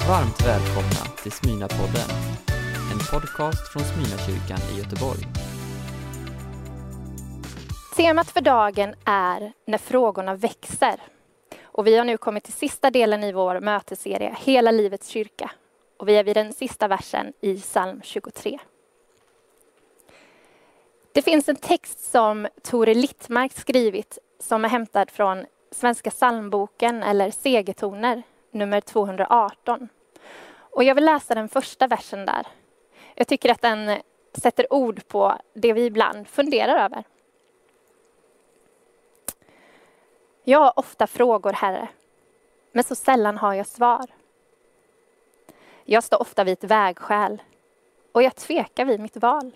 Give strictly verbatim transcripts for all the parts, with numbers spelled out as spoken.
Varmt välkomna till Smyrnapodden, en podcast från Smyrnakyrkan i Göteborg. Temat för dagen är när frågorna växer. Och vi har nu kommit till sista delen i vår mötesserie Hela livets kyrka. Och vi är vid den sista versen i psalm tjugotre. Det finns en text som Tore Littmark skrivit som är hämtad från Svenska psalmboken eller Segertoner nummer tvåhundraarton. Och jag vill läsa den första versen där. Jag tycker att den sätter ord på det vi ibland funderar över. Jag har ofta frågor, Herre, men så sällan har jag svar. Jag står ofta vid ett vägskäl och jag tvekar vid mitt val.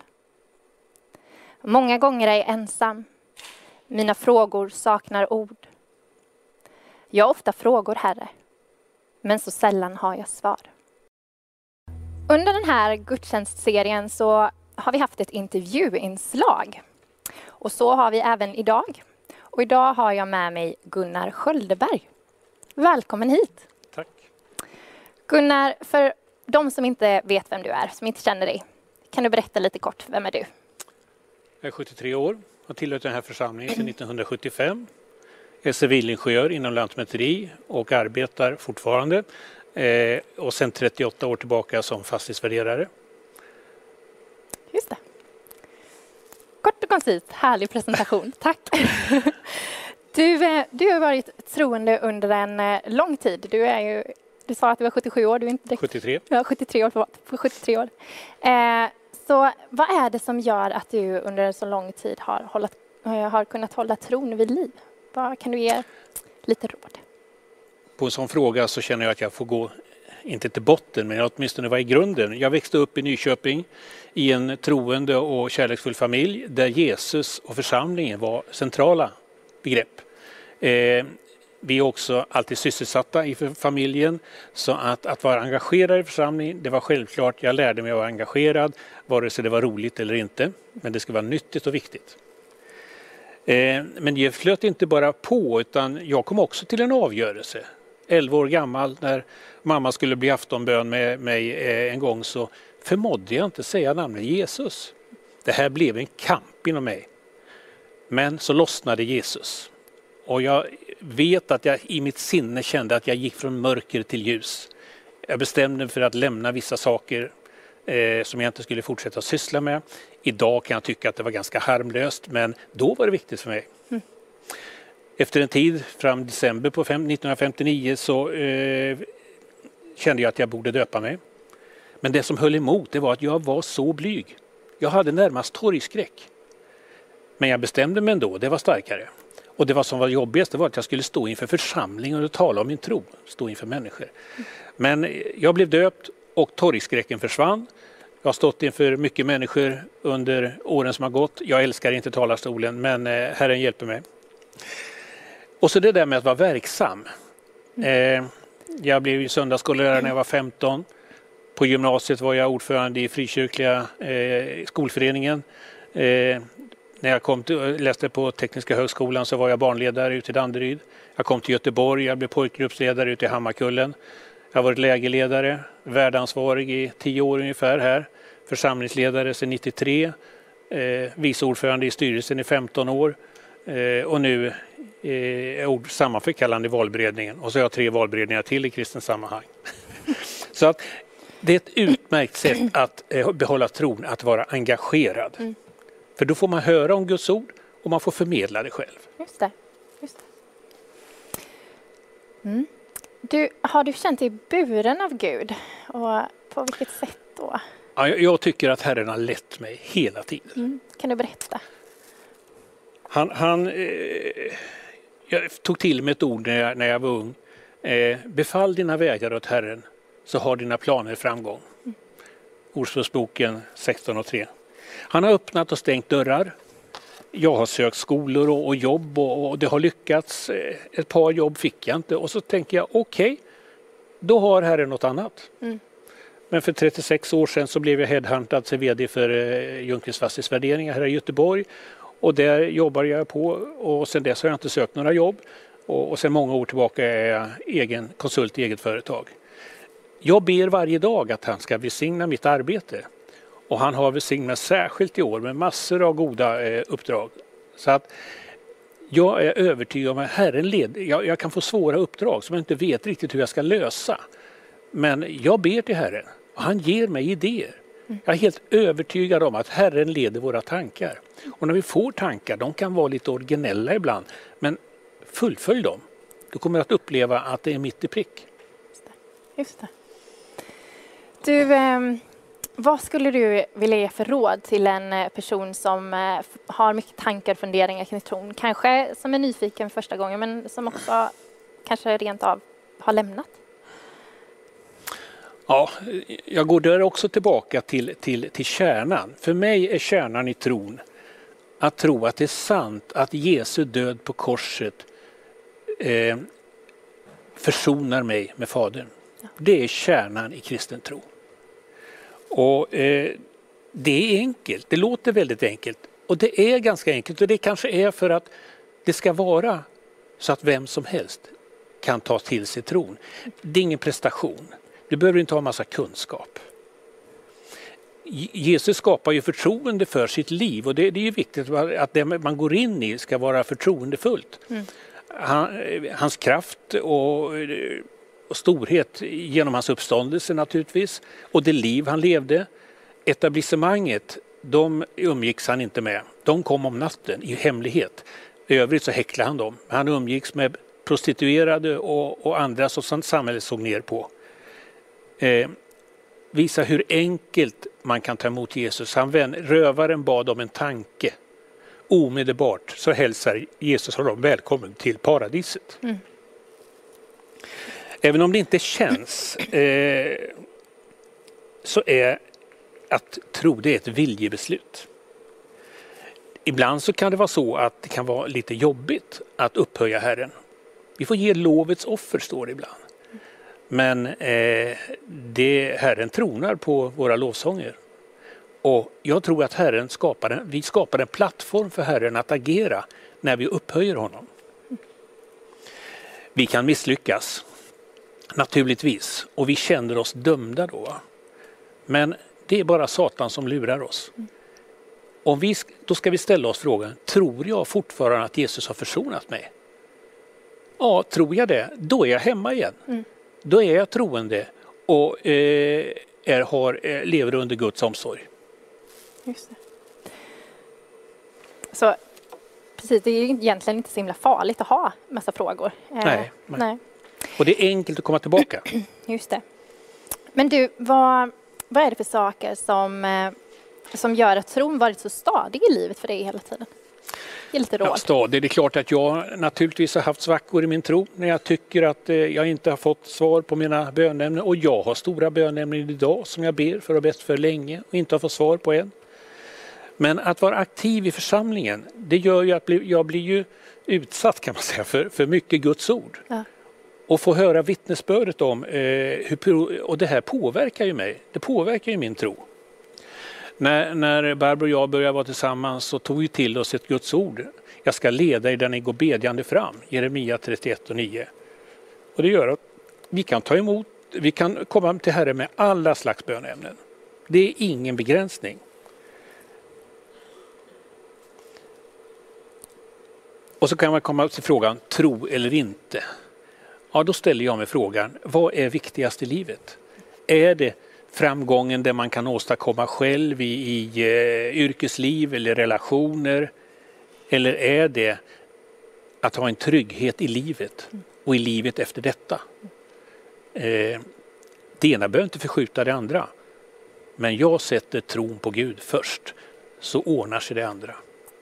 Många gånger är jag ensam. Mina frågor saknar ord. Jag har ofta frågor, Herre, men så sällan har jag svar. Under den här gudstjänstserien så har vi haft ett intervjuinslag. Och så har vi även idag. Och idag har jag med mig Gunnar Sköldeberg. Välkommen hit. Tack. Gunnar, för de som inte vet vem du är, som inte känner dig, kan du berätta lite kort, vem är du? Jag är sjuttiotre år, har tillhört den här församlingen sedan nittonhundrasjuttiofem. Jag är civilingenjör inom lantmäteri och arbetar fortfarande. Eh, och sedan trettioåtta år tillbaka som fastighetsvärderare. Just det. Kort och koncist, härlig presentation. Tack. Du, du har varit troende under en lång tid. Du, är ju, du sa att du var sjuttiosju år. Du är inte sjuttiotre. Ja, sjuttiotre år. För sjuttiotre år. Eh, så vad är det som gör att du under så lång tid har, hållit, har kunnat hålla tron vid liv? Vad kan du ge lite råd? På en sån fråga så känner jag att jag får gå, inte till botten, men åtminstone vara i grunden. Jag växte upp i Nyköping i en troende och kärleksfull familj där Jesus och församlingen var centrala begrepp. Eh, vi är också alltid sysselsatta i familjen, så att, att vara engagerad i församlingen, det var självklart. Jag lärde mig att vara engagerad, vare sig det var roligt eller inte, men det ska vara nyttigt och viktigt. Eh, men det flöt inte bara på, utan jag kom också till en avgörelse. elva år gammal, när mamma skulle bli aftonbön med mig eh, en gång, så förmådde jag inte säga namnet Jesus. Det här blev en kamp inom mig. Men så lossnade Jesus. Och jag vet att jag i mitt sinne kände att jag gick från mörker till ljus. Jag bestämde mig för att lämna vissa saker eh, som jag inte skulle fortsätta att syssla med. Idag kan jag tycka att det var ganska harmlöst, men då var det viktigt för mig. Mm. Efter en tid, fram december på nittonhundrafemtionio, så eh, kände jag att jag borde döpa mig. Men det som höll emot, det var att jag var så blyg. Jag hade närmast torgskräck. Men jag bestämde mig ändå, det var starkare. Och det var som var jobbigast, det var att jag skulle stå inför församlingen och tala om min tro. Stå inför människor. Men jag blev döpt och torgskräcken försvann. Jag har stått inför mycket människor under åren som har gått. Jag älskar inte talarstolen, men Herren hjälper mig. Och så det där med att vara verksam. Eh, jag blev ju söndagsskollärare när jag var femton. På gymnasiet var jag ordförande i frikyrkliga eh, skolföreningen. Eh, när jag kom till, läste på Tekniska högskolan så var jag barnledare ute i Danderyd. Jag kom till Göteborg, jag blev pojkgruppsledare ute i Hammarkullen. Jag har varit lägerledare, värdansvarig i tio år ungefär här. Församlingsledare sedan nittiotre. Eh, vice ordförande i styrelsen i femton år. Eh, och nu är ord sammanförkallande i valberedningen. Och så har jag tre valberedningar till i kristens sammanhang. Så att det är ett utmärkt sätt att eh, behålla tron, att vara engagerad. Mm. För då får man höra om Guds ord och man får förmedla det själv. Just det. Just det. Mm. Du, har du känt dig buren av Gud? Och på vilket sätt då? Ja, jag, jag tycker att Herren har lett mig hela tiden. Mm. Kan du berätta? Han, han eh, jag tog till mig ett ord när jag, när jag var ung. Eh, befall dina vägar åt Herren, så har dina planer framgång. Mm. Ordspråksboken sexton och tre. Han har öppnat och stängt dörrar. Jag har sökt skolor och, och jobb och, och det har lyckats. Ett par jobb fick jag inte. Och så tänker jag, okej, okay, då har Herren något annat. Mm. Men för trettiosex år sedan så blev jag headhuntad till vd för eh, Ljungqvists fastighetsvärderingar här i Göteborg. Och där jobbar jag på, och sedan dess har jag inte sökt några jobb. Och, och sedan många år tillbaka är jag egen konsult i eget företag. jag ber varje dag att han ska välsigna mitt arbete. Och han har välsignat särskilt i år med massor av goda eh, uppdrag. Så att jag är övertygad om att Herren leder. Jag, jag kan få svåra uppdrag som jag inte vet riktigt hur jag ska lösa. Men jag ber till Herren och han ger mig idéer. Jag är helt övertygad om att Herren leder våra tankar. Och när vi får tankar, de kan vara lite originella ibland. Men fullfölj dem. Du kommer att uppleva att det är mitt i prick. Just det. Du, eh, vad skulle du vilja ge för råd till en person som eh, har mycket tankar och funderingar kring tron? Kanske som är nyfiken första gången, men som också kanske rent av har lämnat. Ja, jag går där också tillbaka till, till, till kärnan. För mig är kärnan i tron att tro att det är sant att Jesu död på korset eh, försonar mig med Fadern. Det är kärnan i kristen tro. Och eh, det är enkelt, det låter väldigt enkelt. Och det är ganska enkelt, och det kanske är för att det ska vara så att vem som helst kan ta till sig tron. Det är ingen prestation. Du behöver inte ha massa kunskap. Jesus skapar ju förtroende för sitt liv, och det, det är ju viktigt att det man går in i ska vara förtroendefullt. Mm. Han, hans kraft och, och storhet genom hans uppståndelse naturligtvis, och det liv han levde. Etablissemanget, de umgicks han inte med. De kom om natten i hemlighet. I övrigt så häcklade han dem. Han umgicks med prostituerade och, och andra som samhället såg ner på. Eh, visa hur enkelt man kan ta emot Jesus. Han vän, rövaren bad om en tanke. Omedelbart så hälsar Jesus honom välkommen till paradiset. Mm. Även om det inte känns eh, så är att tro det är ett viljebeslut. Ibland så kan det vara så att det kan vara lite jobbigt att upphöja Herren. Vi får ge lovets offer, står det ibland. Men eh, det, Herren tronar på våra lovsånger. Och jag tror att Herren skapar en, vi skapar en plattform för Herren att agera när vi upphöjer honom. Vi kan misslyckas, naturligtvis. Och vi känner oss dömda då. Men det är bara Satan som lurar oss. Om vi, då ska vi ställa oss frågan, tror jag fortfarande att Jesus har försonat mig? Ja, tror jag det, då är jag hemma igen. Mm. Då är jag troende och eh, är, har, eh, lever under Guds omsorg. Just det. Så precis, det är ju egentligen inte så himla farligt att ha massa frågor. Eh, nej, nej. nej. Och det är enkelt att komma tillbaka. Just det. Men du, vad, vad är det för saker som, eh, som gör att tron varit så stadig i livet för dig hela tiden? Ge lite råd. Ja, stadig. Det är klart att jag naturligtvis har haft svackor i min tro när jag tycker att eh, jag inte har fått svar på mina bönämnen. Och jag har stora bönämnen idag som jag ber för och bett för länge och inte har fått svar på än. Men att vara aktiv i församlingen, det gör ju att jag blir ju utsatt, kan man säga, för, för mycket Guds ord. Ja. Och få höra vittnesbördet om eh, hur, och det här påverkar ju mig. Det påverkar ju min tro. När, när Barbro och jag började vara tillsammans så tog vi till oss ett Guds ord. Jag ska leda er där ni går bedjande fram. Jeremia trettioett och nio. Och det gör att vi kan ta emot, vi kan komma till Herren med alla slags bönämnen. Det är ingen begränsning. Och så kan man komma till frågan, tro eller inte. Ja, då ställer jag mig frågan, vad är viktigast i livet? Är det framgången där man kan åstadkomma själv i, i eh, yrkesliv eller relationer? Eller är det att ha en trygghet i livet och i livet efter detta? Eh, det ena behöver inte förskjuta det andra. Men jag sätter tron på Gud först, så ordnar sig det andra.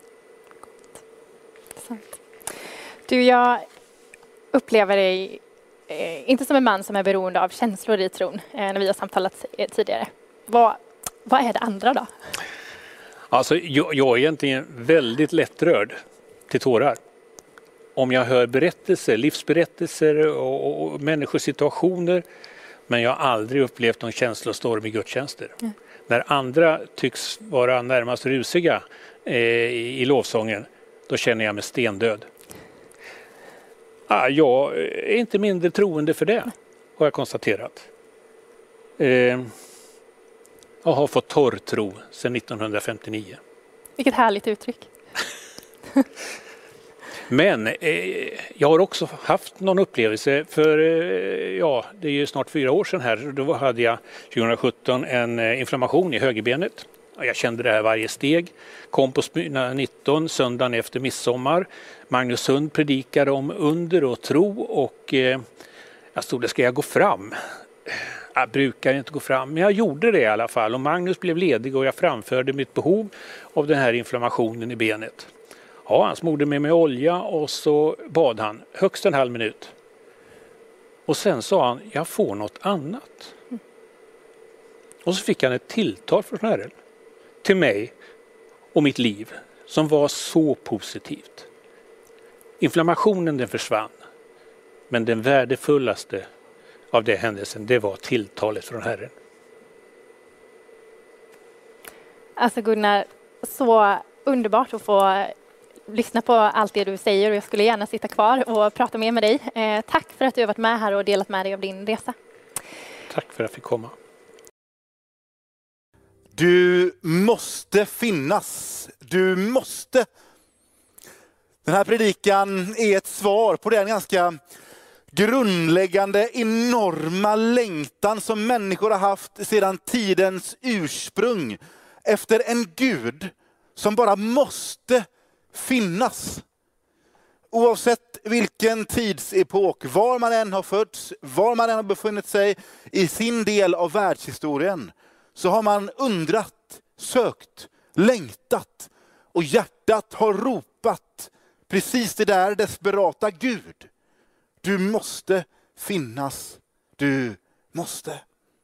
Sant. Du, jag upplever dig eh, inte som en man som är beroende av känslor i tron eh, när vi har samtalat eh, tidigare. Vad, vad är det andra då? Alltså, jag, jag är egentligen väldigt lättrörd till tårar. Om jag hör berättelser, livsberättelser och, och, och människosituationer, men jag har aldrig upplevt någon känslostorm i gudstjänster. Mm. När andra tycks vara närmast rusiga eh, i, i lovsången, då känner jag mig stendöd. Ah, jag är inte mindre troende för det, har jag konstaterat. Eh, och har fått torrtro sedan nittonhundrafemtionio. Vilket härligt uttryck. Men eh, jag har också haft någon upplevelse för, eh, ja, det är ju snart fyra år sedan här. Då hade jag tjugosjutton en eh, inflammation i högerbenet. Jag kände det här varje steg. Kom på Smyrna nitton, söndagen efter midsommar. Magnus Sund predikade om under och tro och eh, jag stod där, ska jag gå fram? Jag brukar inte gå fram, men jag gjorde det i alla fall. Och Magnus blev ledig och jag framförde mitt behov av den här inflammationen i benet. Ja, han smorde mig med olja och så bad han högst en halv minut. Och sen sa han, jag får något annat. Och så fick han ett tilltal från Herren till mig och mitt liv som var så positivt. Inflammationen den försvann. Men den värdefullaste av det händelsen, det var tilltalet från Herren. Alltså Gunnar, så underbart att få lyssna på allt det du säger och jag skulle gärna sitta kvar och prata mer med dig. Eh, tack för att du har varit med här och delat med dig av din resa. Tack för att jag fick komma. Du måste finnas. Du måste. Den här predikan är ett svar på den ganska grundläggande, enorma längtan som människor har haft sedan tidens ursprung efter en Gud som bara måste finnas. Oavsett vilken tidsepok, var man än har fötts, var man än har befunnit sig i sin del av världshistorien, så har man undrat, sökt, längtat och hjärtat har ropat precis det där desperata: Gud, du måste finnas, du måste.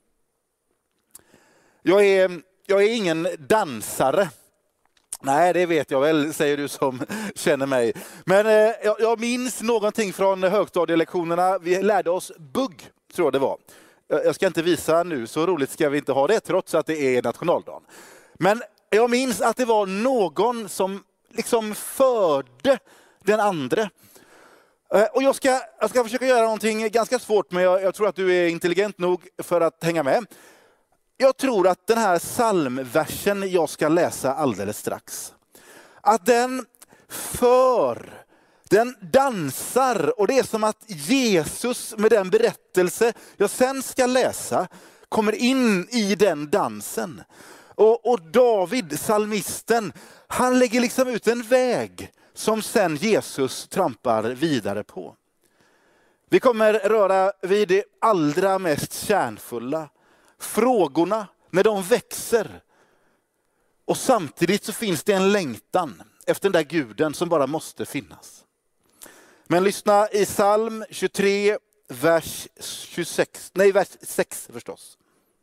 Jag är, jag är ingen dansare. Nej, det vet jag väl, säger du som känner mig. Men eh, jag, jag minns någonting från högstadielektionerna. Vi lärde oss bugg, tror jag det var. Jag ska inte visa nu, så roligt ska vi inte ha det, trots att det är nationaldagen. Men jag minns att det var någon som liksom förde den andra. Och jag ska, jag ska försöka göra någonting ganska svårt, men jag, jag tror att du är intelligent nog för att hänga med. Jag tror att den här psalmversen jag ska läsa alldeles strax, att den för, den dansar, och det är som att Jesus med den berättelse jag sen ska läsa kommer in i den dansen. Och, och David, psalmisten, han lägger liksom ut en väg som sen Jesus trampar vidare på. Vi kommer röra vid det allra mest kärnfulla. Frågorna när de växer. Och samtidigt så finns det en längtan efter den där guden som bara måste finnas. Men lyssna i psalm tjugotre, vers tjugosex, nej vers sex förstås.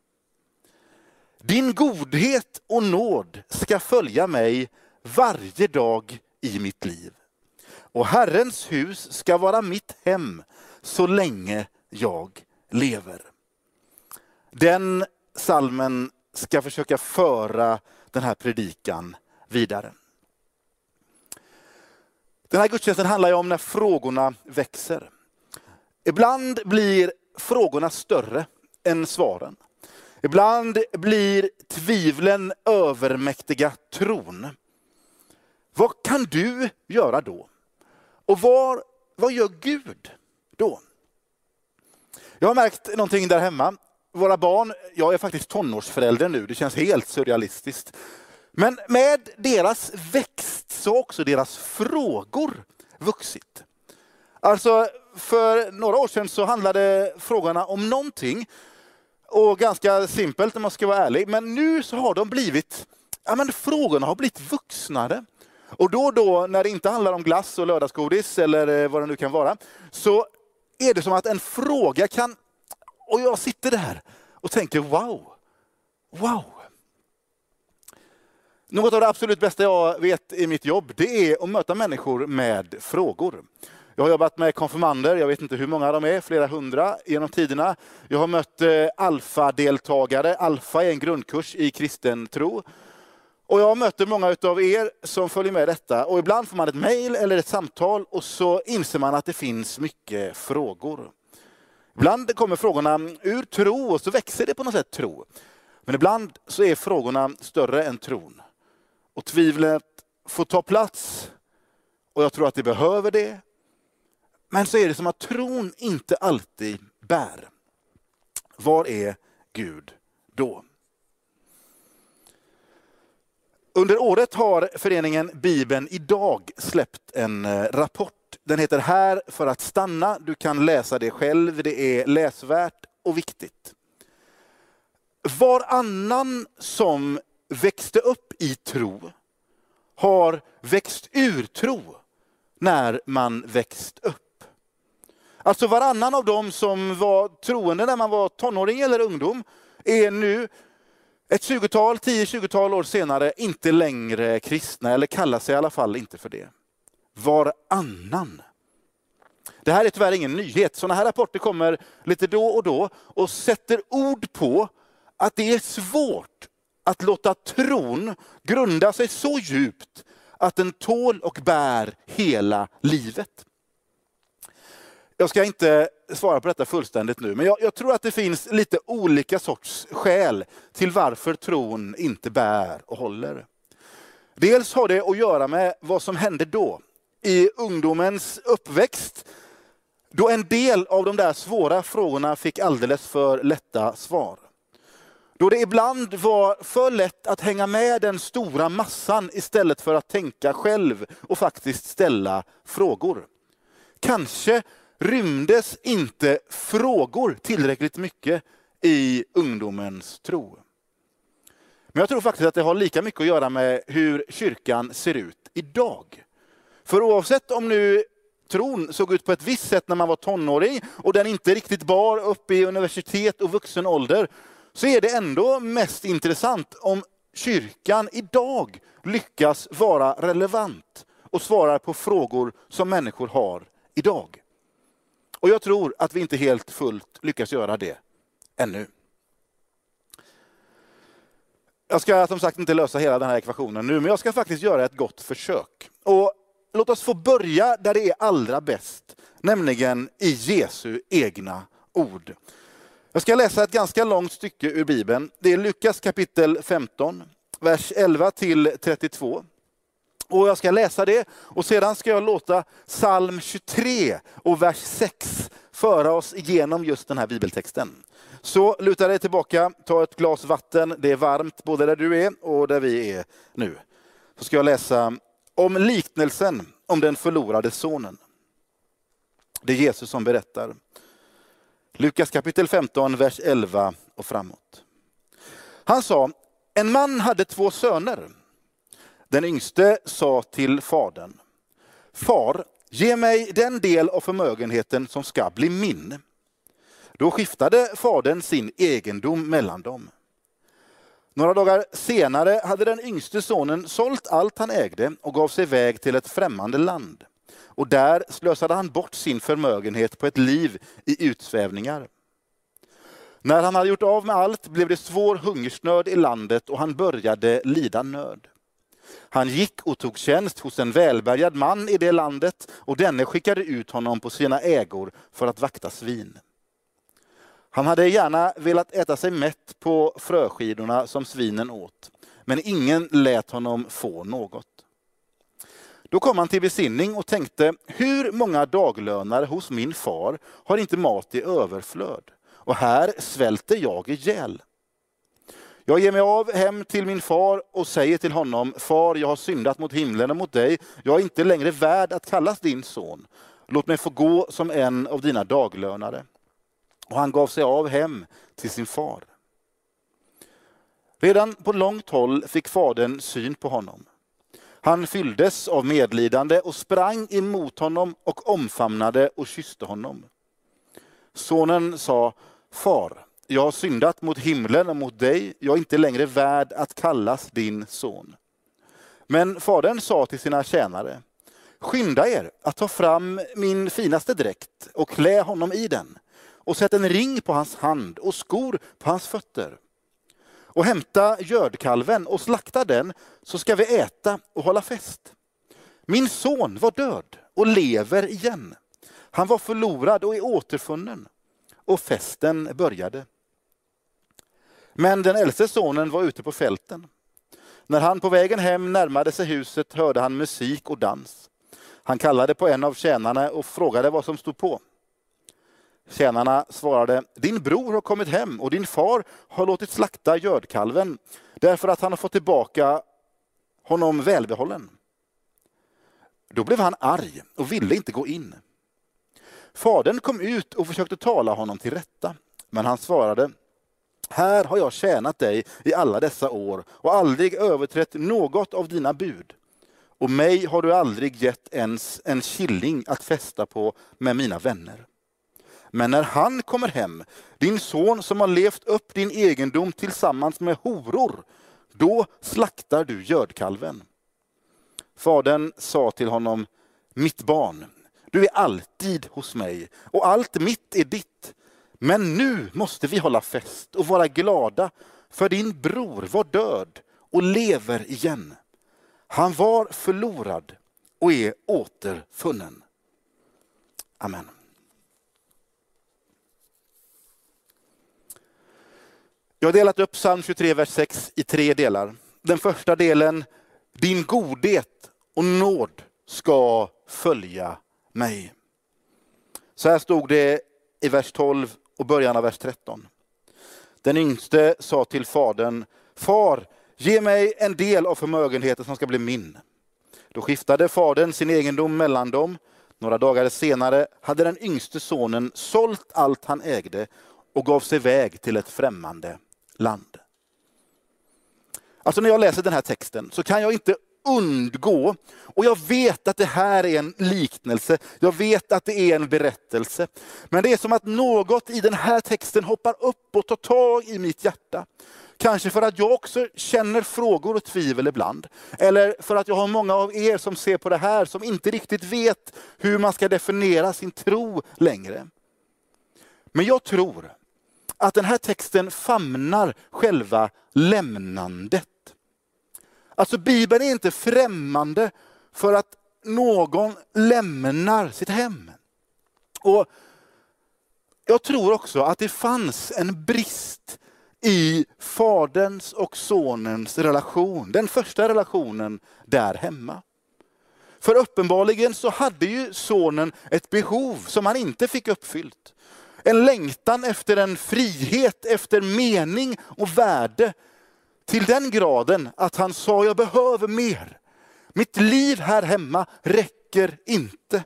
Din godhet och nåd ska följa mig varje dag i mitt liv. Och Herrens hus ska vara mitt hem så länge jag lever. Den psalmen ska försöka föra den här predikan vidare. Den här gudstjänsten handlar ju om när frågorna växer. Ibland blir frågorna större än svaren. Ibland blir tvivlen övermäktiga tron. Vad kan du göra då? Och var, vad gör Gud då? Jag har märkt någonting där hemma. Våra barn, jag är faktiskt tonårsförälder nu, det känns helt surrealistiskt. Men med deras växt så har också deras frågor vuxit. Alltså för några år sedan så handlade frågorna om någonting. Och ganska simpelt om man ska vara ärlig. Men nu så har de blivit, ja men frågorna har blivit vuxnare. Och då och då när det inte handlar om glass och lördagsgodis eller vad det nu kan vara, så är det som att en fråga kan, och jag sitter där och tänker wow, wow. Något av det absolut bästa jag vet i mitt jobb, det är att möta människor med frågor. Jag har jobbat med konfirmander, jag vet inte hur många de är, flera hundra genom tiderna. Jag har mött eh, alfa-deltagare, alfa är en grundkurs i kristen tro. Och jag möter många av er som följer med detta. Och ibland får man ett mejl eller ett samtal och så inser man att det finns mycket frågor. Ibland kommer frågorna ur tro och så växer det på något sätt tro. Men ibland så är frågorna större än tron. Och tvivlet får ta plats. Och jag tror att det behöver det. Men så är det som att tron inte alltid bär. Var är Gud då? Under året har föreningen Bibeln idag släppt en rapport. Den heter Här för att stanna. Du kan läsa det själv. Det är läsvärt och viktigt. Varannan som växte upp i tro har växt ur tro när man växt upp. Alltså varannan av dem som var troende när man var tonåring eller ungdom är nu ett tjugotal, tio tjugotal år senare inte längre kristna, eller kallar sig i alla fall inte för det. Varannan. Det här är tyvärr ingen nyhet. Sådana här rapporter kommer lite då och då och sätter ord på att det är svårt att låta tron grunda sig så djupt att den tål och bär hela livet. Jag ska inte svara på detta fullständigt nu, men jag, jag tror att det finns lite olika sorts skäl till varför tron inte bär och håller. Dels har det att göra med vad som hände då, i ungdomens uppväxt, då en del av de där svåra frågorna fick alldeles för lätta svar. Då det ibland var för lätt att hänga med den stora massan istället för att tänka själv och faktiskt ställa frågor. Kanske rymdes inte frågor tillräckligt mycket i ungdomens tro. Men jag tror faktiskt att det har lika mycket att göra med hur kyrkan ser ut idag. För oavsett om nu tron såg ut på ett visst sätt när man var tonåring och den inte riktigt bar upp i universitet och vuxen ålder, så är det ändå mest intressant om kyrkan idag lyckas vara relevant och svarar på frågor som människor har idag. Och jag tror att vi inte helt fullt lyckas göra det ännu. Jag ska som sagt inte lösa hela den här ekvationen nu, men jag ska faktiskt göra ett gott försök. Och låt oss få börja där det är allra bäst, nämligen i Jesu egna ord. Jag ska läsa ett ganska långt stycke ur Bibeln. Det är Lukas kapitel femton, vers elva till trettiotvå. Och jag ska läsa det och sedan ska jag låta psalm tjugotre och vers sex föra oss igenom just den här bibeltexten. Så luta dig tillbaka, ta ett glas vatten, det är varmt både där du är och där vi är nu. Så ska jag läsa om liknelsen om den förlorade sonen. Det är Jesus som berättar. Lukas kapitel femton, vers elva och framåt. Han sa, en man hade två söner. Den yngste sa till fadern, far, ge mig den del av förmögenheten som ska bli min. Då skiftade fadern sin egendom mellan dem. Några dagar senare hade den yngste sonen sålt allt han ägde och gav sig iväg till ett främmande land. Och där slösade han bort sin förmögenhet på ett liv i utsvävningar. När han hade gjort av med allt blev det svår hungersnöd i landet och han började lida nöd. Han gick och tog tjänst hos en välbärgad man i det landet och denne skickade ut honom på sina ägor för att vakta svin. Han hade gärna velat äta sig mätt på fröskidorna som svinen åt, men ingen lät honom få något. Då kom han till besinning och tänkte, hur många daglönare hos min far har inte mat i överflöd? Och här svälter jag ihjäl. Jag ger mig av hem till min far och säger till honom, far, jag har syndat mot himlen och mot dig. Jag är inte längre värd att kallas din son. Låt mig få gå som en av dina daglönare. Och han gav sig av hem till sin far. Redan på långt håll fick fadern syn på honom. Han fylldes av medlidande och sprang emot honom och omfamnade och kysste honom. Sonen sa, far, jag har syndat mot himlen och mot dig. Jag är inte längre värd att kallas din son. Men fadern sa till sina tjänare, skynda er att ta fram min finaste dräkt och klä honom i den. Och sätt en ring på hans hand och skor på hans fötter. Och hämta gördkalven och slakta den, så ska vi äta och hålla fest. Min son var död och lever igen. Han var förlorad och är återfunnen. och festen började. Men den äldste sonen var ute på fälten. När han på vägen hem närmade sig huset hörde han musik och dans. Han kallade på en av tjänarna och frågade vad som stod på. Tjänarna svarade, din bror har kommit hem och din far har låtit slakta gördkalven därför att han har fått tillbaka honom välbehållen. Då blev han arg och ville inte gå in. Fadern kom ut och försökte tala honom till rätta, men han svarade, här har jag tjänat dig i alla dessa år och aldrig överträtt något av dina bud. Och mig har du aldrig gett ens en killing att festa på med mina vänner. Men när han kommer hem, din son som har levt upp din egendom tillsammans med horor, då slaktar du gördkalven. Fadern sa till honom, mitt barn, du är alltid hos mig och allt mitt är ditt. Men nu måste vi hålla fest och vara glada, för din bror var död och lever igen. Han var förlorad och är återfunnen. Amen. Jag har delat upp psalm tjugotre, vers sex i tre delar. Den första delen, din godhet och nåd ska följa mig. Så här stod det i vers tolv och början av vers tretton. Den yngste sa till fadern, far, ge mig en del av förmögenheten som ska bli min. Då skiftade fadern sin egendom mellan dem. Några dagar senare hade den yngste sonen sålt allt han ägde och gav sig iväg till ett främmande land. Alltså när jag läser den här texten så kan jag inte undgå, och jag vet att det här är en liknelse, jag vet att det är en berättelse, men det är som att något i den här texten hoppar upp och tar tag i mitt hjärta. Kanske för att jag också känner frågor och tvivel ibland, eller för att jag har många av er som ser på det här som inte riktigt vet hur man ska definiera sin tro längre. Men jag tror att den här texten famnar själva lämnandet. Alltså Bibeln är inte främmande för att någon lämnar sitt hem. Och jag tror också att det fanns en brist i faderns och sonens relation. Den första relationen där hemma. För uppenbarligen så hade ju sonen ett behov som han inte fick uppfyllt. En längtan efter en frihet, efter mening och värde. Till den graden att han sa, jag behöver mer. Mitt liv här hemma räcker inte.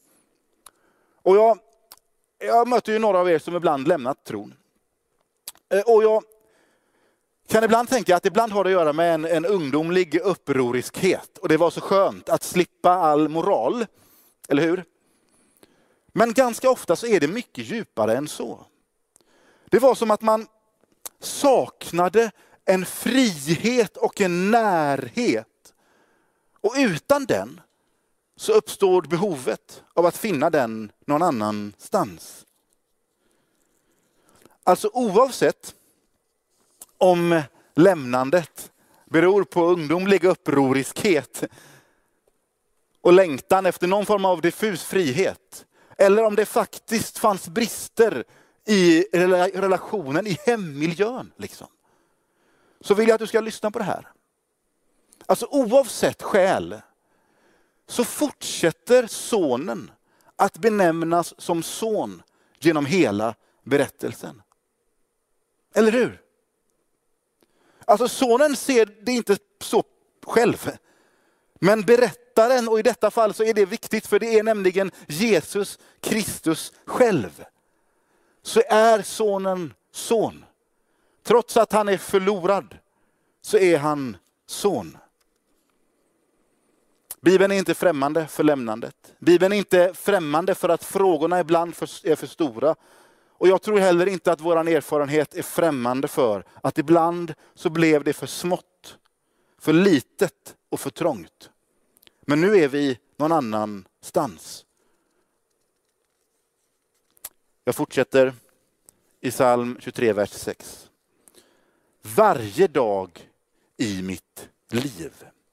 Och jag, jag möter ju några av er som ibland lämnat tron. Och jag kan ibland tänka att ibland har det att göra med en, en ungdomlig upproriskhet. Och det var så skönt att slippa all moral. Eller hur? Men ganska ofta så är det mycket djupare än så. Det var som att man saknade en frihet och en närhet. Och utan den så uppstår behovet av att finna den någon annanstans. Alltså oavsett om lämnandet beror på ungdomlig upproriskhet och längtan efter någon form av diffus frihet, eller om det faktiskt fanns brister i relationen, i hemmiljön liksom, så vill jag att du ska lyssna på det här. Alltså oavsett skäl så fortsätter sonen att benämnas som son genom hela berättelsen. Eller hur? Alltså sonen ser det inte så själv. Men berättaren, och i detta fall så är det viktigt för det är nämligen Jesus Kristus själv. Så är sonen son. Trots att han är förlorad så är han son. Bibeln är inte främmande för lämnandet. Bibeln är inte främmande för att frågorna ibland är för stora. Och jag tror heller inte att vår erfarenhet är främmande för att ibland så blev det för smått, för litet och för trångt. Men nu är vi någon annanstans. Jag fortsätter i psalm tjugotre, vers sex. Varje dag i mitt liv.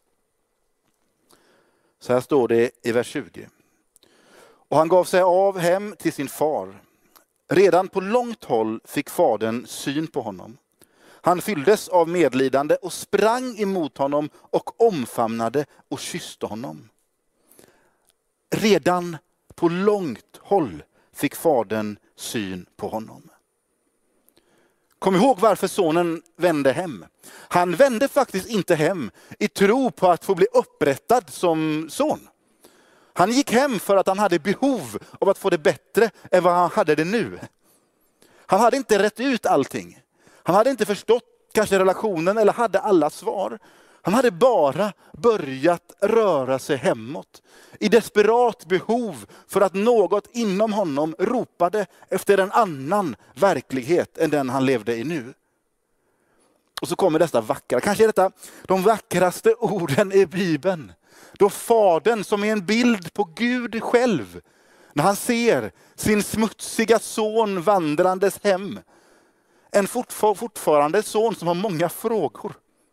Så här står det i vers tjugo. Och han gav sig av hem till sin far. Redan på långt håll fick fadern syn på honom. Han fylldes av medlidande och sprang emot honom och omfamnade och kysste honom. Redan på långt håll fick fadern syn på honom. Kom ihåg varför sonen vände hem. Han vände faktiskt inte hem i tro på att få bli upprättad som son. Han gick hem för att han hade behov av att få det bättre än vad han hade det nu. Han hade inte rätt ut allting. Han hade inte förstått kanske relationen eller hade alla svar. Han hade bara börjat röra sig hemåt. I desperat behov för att något inom honom ropade efter en annan verklighet än den han levde i nu. Och så kommer dessa vackra, kanske är detta de vackraste orden i Bibeln. Då fadern som är en bild på Gud själv, när han ser sin smutsiga son vandrandes hem. En fortfar- fortfarande son som har många frågor.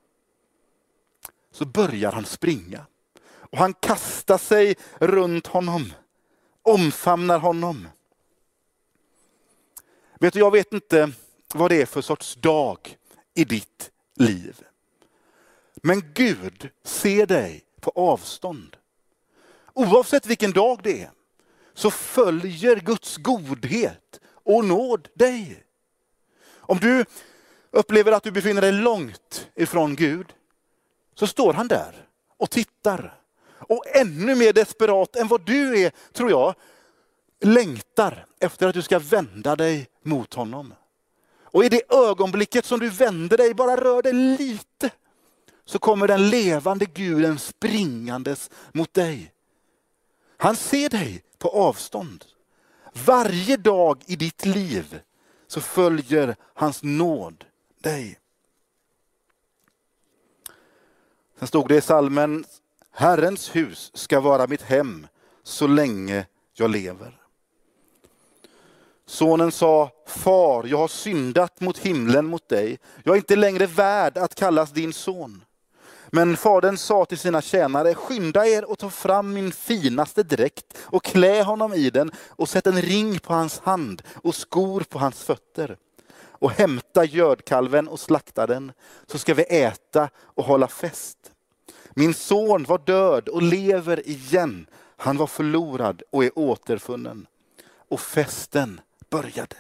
Så börjar han springa. Och han kastar sig runt honom. Omfamnar honom. Vet du, jag vet inte vad det är för sorts dag i ditt liv. Men Gud ser dig på avstånd. Oavsett vilken dag det är så följer Guds godhet och nåd dig. Om du upplever att du befinner dig långt ifrån Gud så står han där och tittar. Och ännu mer desperat än vad du är, tror jag, längtar efter att du ska vända dig mot honom. Och i det ögonblicket som du vänder dig, bara rör dig lite, så kommer den levande Guden springandes mot dig. Han ser dig på avstånd. Varje dag i ditt liv så följer hans nåd dig. Sen stod det i salmen: Herrens hus ska vara mitt hem så länge jag lever. Sonen sa: Far, jag har syndat mot himlen mot dig. Jag är inte längre värd att kallas din son. Men fadern sa till sina tjänare: skynda er och ta fram min finaste dräkt och klä honom i den och sätt en ring på hans hand och skor på hans fötter. Och hämta gördkalven och slakta den, så ska vi äta och hålla fest. Min son var död och lever igen. Han var förlorad och är återfunnen. Och festen började.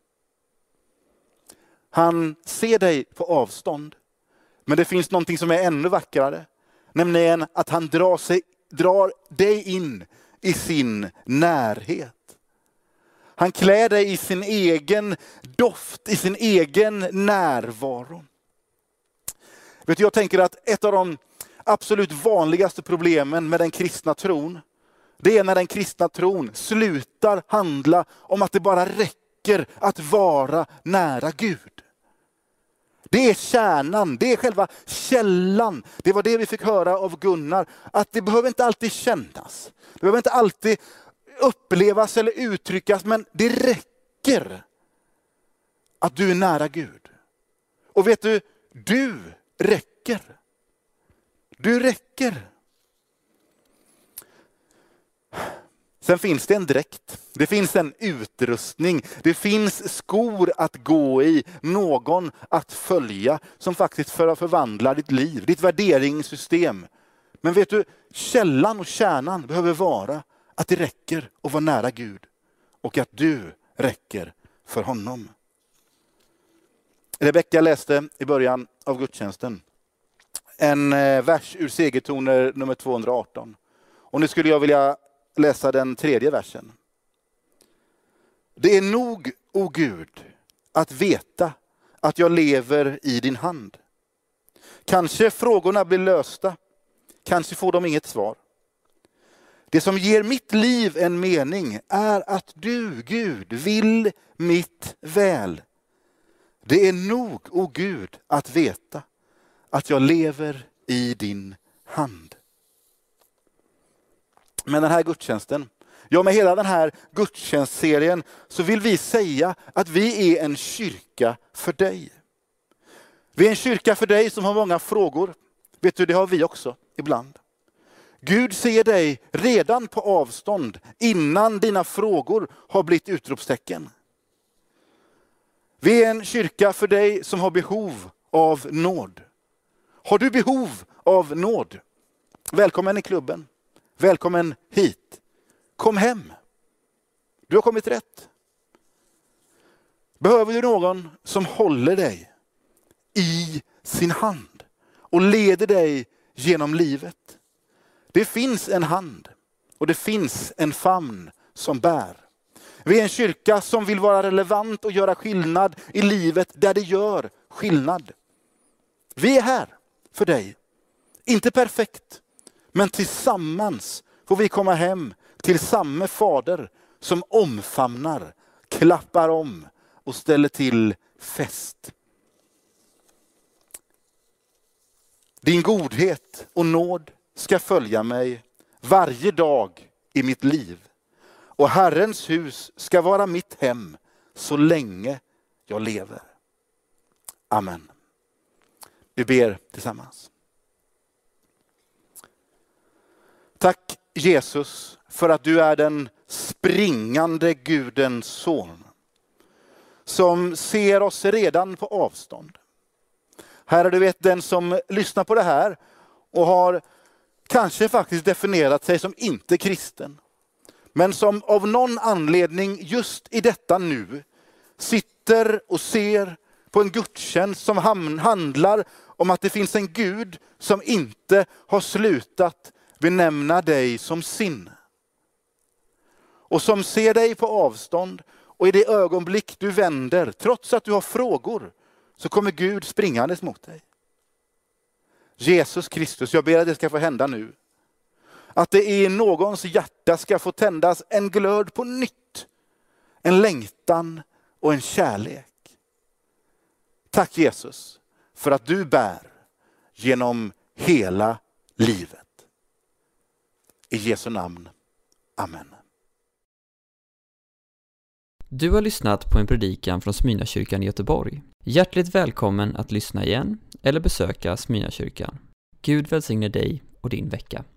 Han ser dig på avstånd. Men det finns någonting som är ännu vackrare. Nämligen att han drar, sig, drar dig in i sin närhet. Han klär dig i sin egen doft, i sin egen närvaro. Vet du, jag tänker att ett av de absolut vanligaste problemen med den kristna tron, det är när den kristna tron slutar handla om att det bara räcker att vara nära Gud. Det är kärnan, det är själva källan. Det var det vi fick höra av Gunnar, att det behöver inte alltid kännas. Det behöver inte alltid upplevas eller uttryckas, men det räcker att du är nära Gud. Och vet du, du räcker. Du räcker. Sen finns det en dräkt. Det finns en utrustning. Det finns skor att gå i. Någon att följa som faktiskt för att förvandla ditt liv. Ditt värderingssystem. Men vet du, källan och kärnan behöver vara att det räcker att vara nära Gud. Och att du räcker för honom. Rebecka läste i början av gudstjänsten en vers ur Segertoner nummer tvåhundraarton. Och nu skulle jag vilja läsa den tredje versen. Det är nog, o Gud, att veta att jag lever i din hand. Kanske frågorna blir lösta. Kanske får de inget svar. Det som ger mitt liv en mening är att du, Gud, vill mitt väl. Det är nog, o Gud, att veta att jag lever i din hand. Men den här gudstjänsten, ja, med hela den här gudstjänstserien, så vill vi säga att vi är en kyrka för dig. Vi är en kyrka för dig som har många frågor. Vet du, det har vi också ibland. Gud ser dig redan på avstånd innan dina frågor har blivit utropstecken. Vi är en kyrka för dig som har behov av nåd. Har du behov av nåd? Välkommen i klubben. Välkommen hit. Kom hem. Du har kommit rätt. Behöver du någon som håller dig i sin hand och leder dig genom livet? Det finns en hand och det finns en famn som bär. Vi är en kyrka som vill vara relevant och göra skillnad i livet där det gör skillnad. Vi är här för dig. Inte perfekt, men tillsammans får vi komma hem till samma fader som omfamnar, klappar om och ställer till fest. Din godhet och nåd ska följa mig varje dag i mitt liv. Och Herrens hus ska vara mitt hem så länge jag lever. Amen. Vi ber tillsammans. Tack Jesus för att du är den springande Gudens son. Som ser oss redan på avstånd. Herre, du vet den som lyssnar på det här och har kanske faktiskt definierat sig som inte kristen. Men som av någon anledning just i detta nu sitter och ser på en gudstjänst som handlar om att det finns en Gud som inte har slutat benämna dig som sin. Och som ser dig på avstånd och i det ögonblick du vänder, trots att du har frågor, så kommer Gud springandes mot dig. Jesus Kristus, jag ber att det ska få hända nu. Att det i någons hjärta ska få tändas en glöd på nytt. En längtan och en kärlek. Tack Jesus för att du bär genom hela livet. I Jesu namn. Amen. Du har lyssnat på en predikan från Smyrnakyrkan i Göteborg. Hjärtligt välkommen att lyssna igen eller besöka Smyrnakyrkan. Gud välsigne dig och din vecka.